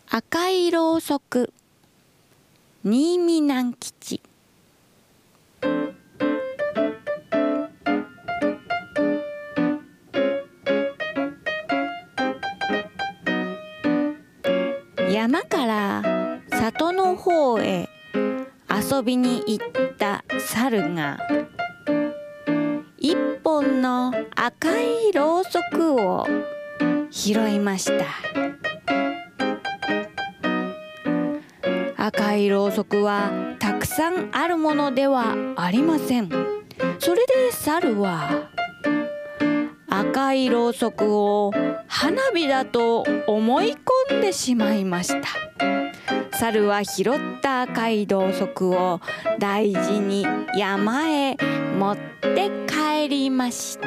赤いろうそく、新見南吉。山から里の方へ遊びに行った猿が一本の赤いろうそくを拾いました。赤いろうそくはたくさんあるものではありません。それで猿は赤いろうそくを花火だと思い込んでしまいました。猿は拾った赤いろうそくを大事に山へ持って帰りました。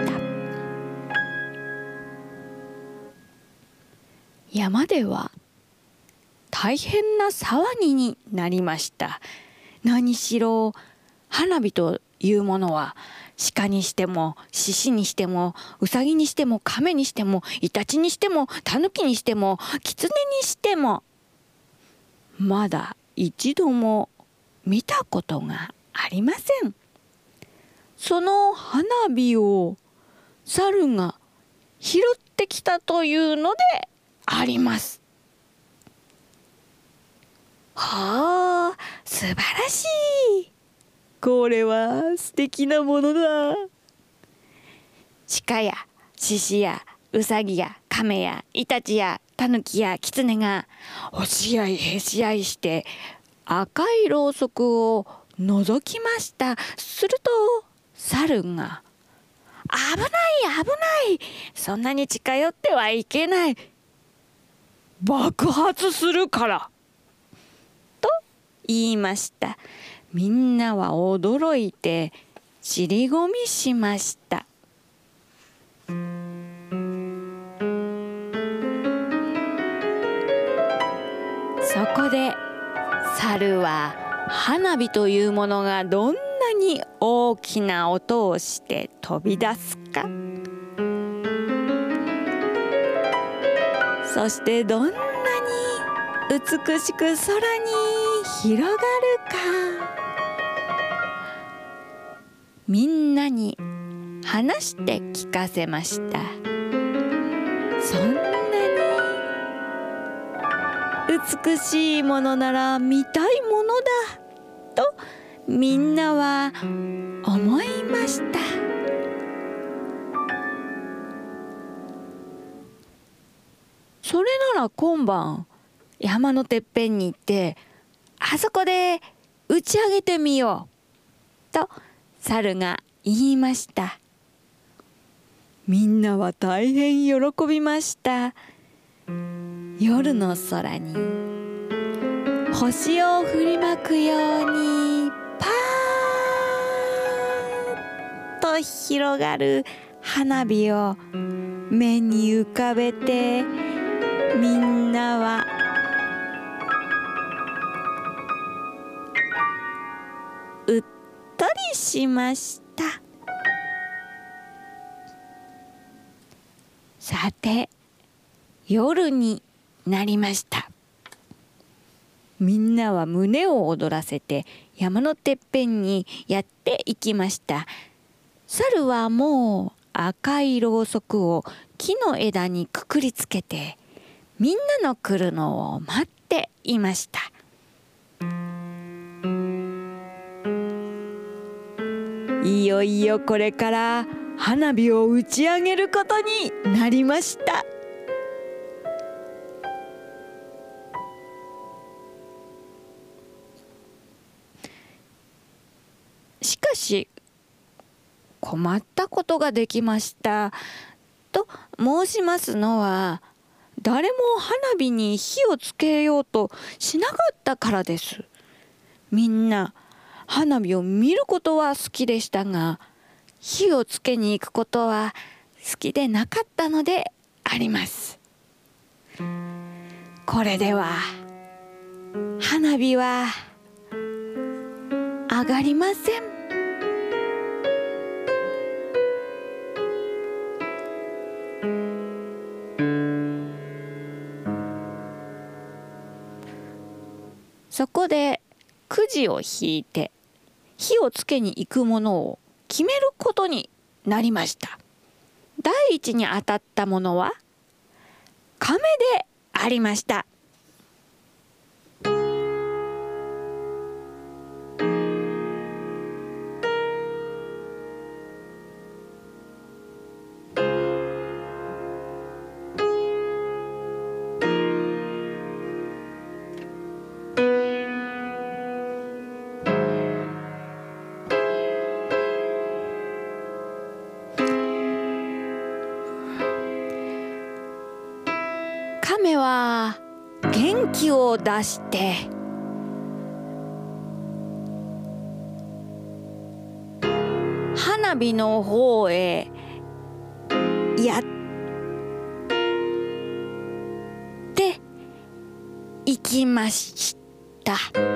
山では大変な騒ぎになりました。何しろ花火というものは鹿にしても獅子にしてもウサギにしても亀にしてもイタチにしてもタヌキにしてもキツネにしてもまだ一度も見たことがありません。その花火を猿が拾ってきたというのであります。はあ、素晴らしい。これは素敵なものだ。鹿や獅子やウサギや亀やイタチやタヌキやキツネが押し合いへし合いして赤いろうそくを覗きました。すると猿が危ない危ない、そんなに近寄ってはいけない、爆発するからと言いました。みんなは驚いて尻込みしました。そこで猿は花火というものがどんなに大きな音をして飛び出すか、そしてどんなに美しく空に広がるか、みんなに話して聞かせました。そんなに美しいものなら見たいものだとみんなは思いました。それなら今晩山のてっぺんに行ってあそこで打ち上げてみようと猿が言いました。みんなは大変喜びました。夜の空に星を振りまくようにパーッと広がる花火を目に浮かべてみんなはうっとりしました。さて夜になりました。みんなは胸を躍らせて山のてっぺんにやっていきました。猿はもう赤いろうそくを木の枝にくくりつけてみんなの来るのを待っていました。いよいよこれから花火を打ち上げることになりました。しかし困ったことができました。と申しますのは、誰も花火に火をつけようとしなかったからです。みんな花火を見ることは好きでしたが、火をつけに行くことは好きでなかったのであります。これでは花火は上がりません。 そこでくじを引いて火をつけに行くものを決めることになりました。第一に当たったものは亀でありました。亀は元気を出して花火の方へやって行きました。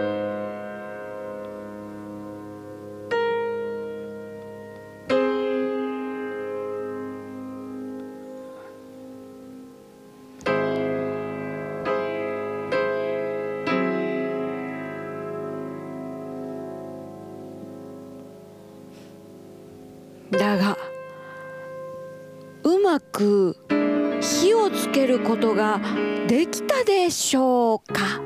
だがうまく火をつけることができたでしょうか。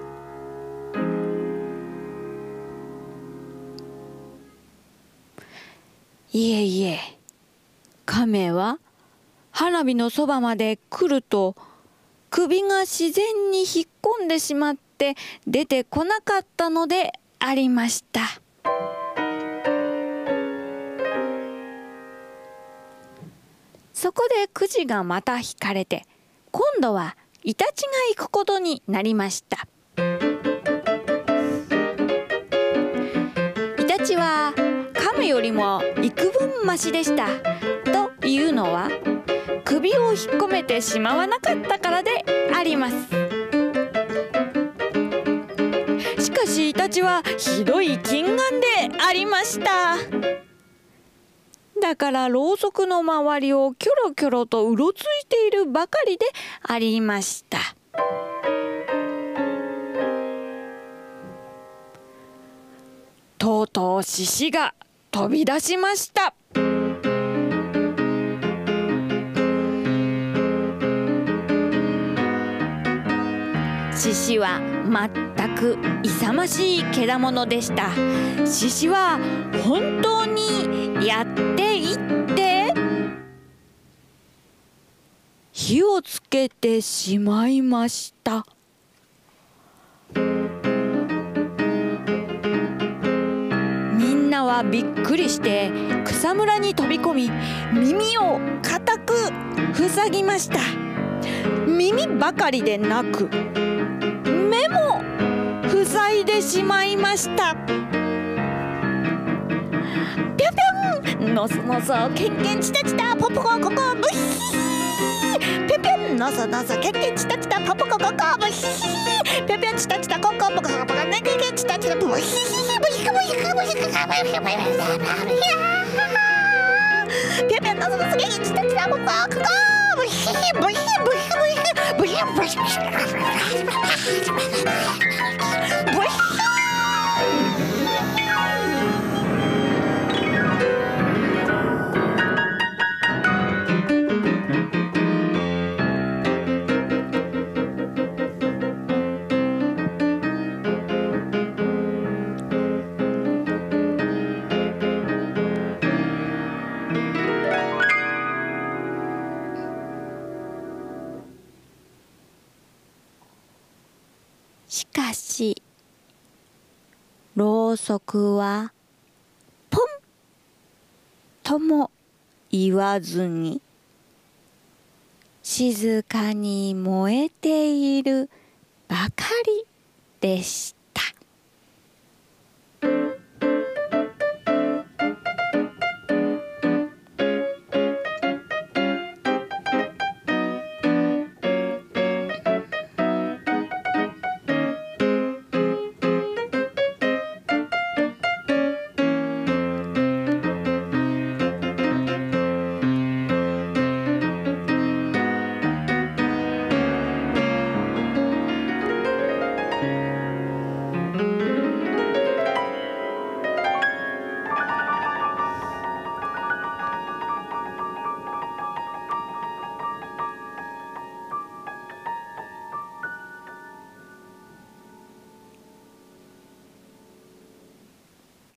いえいえ、亀は花火のそばまで来ると首が自然に引っ込んでしまって出てこなかったのでありました。そこでくじがまた引かれて、今度はイタチが行くことになりました。イタチは亀よりも幾分マシでした。というのは首を引っ込めてしまわなかったからであります。しかしイタチはひどい近眼でありました。だからろうそくの周りをキョロキョロとうろついているばかりでありました。とうとう獅子が飛び出しました。獅子は全く勇ましい獣でした。獅子は本当にやっていって火をつけてしまいました。みんなはびっくりして草むらに飛び込み、耳を固く塞ぎました。耳ばかりでなく目も塞いでしまいました。ぴょぴょん、のそのそ、けんけんちたちた、ポポコココブヒヒ、ぴょぴょん、のそのそ、けんけんちたちた、ポポコココブヒヒ、ぴょぴょんちたちた、ココポココポコ、ねけけんちたちた、ブヒヒ、ブヒクブヒクブヒクブヒクブヒクブヒクぴょぴょん、のそのそ、けんけんちたちた、ポポココブヒヒ、ブヒブヒブヒブヒブヒしかしろうそくはポンとも言わずに静かに燃えているばかりでした。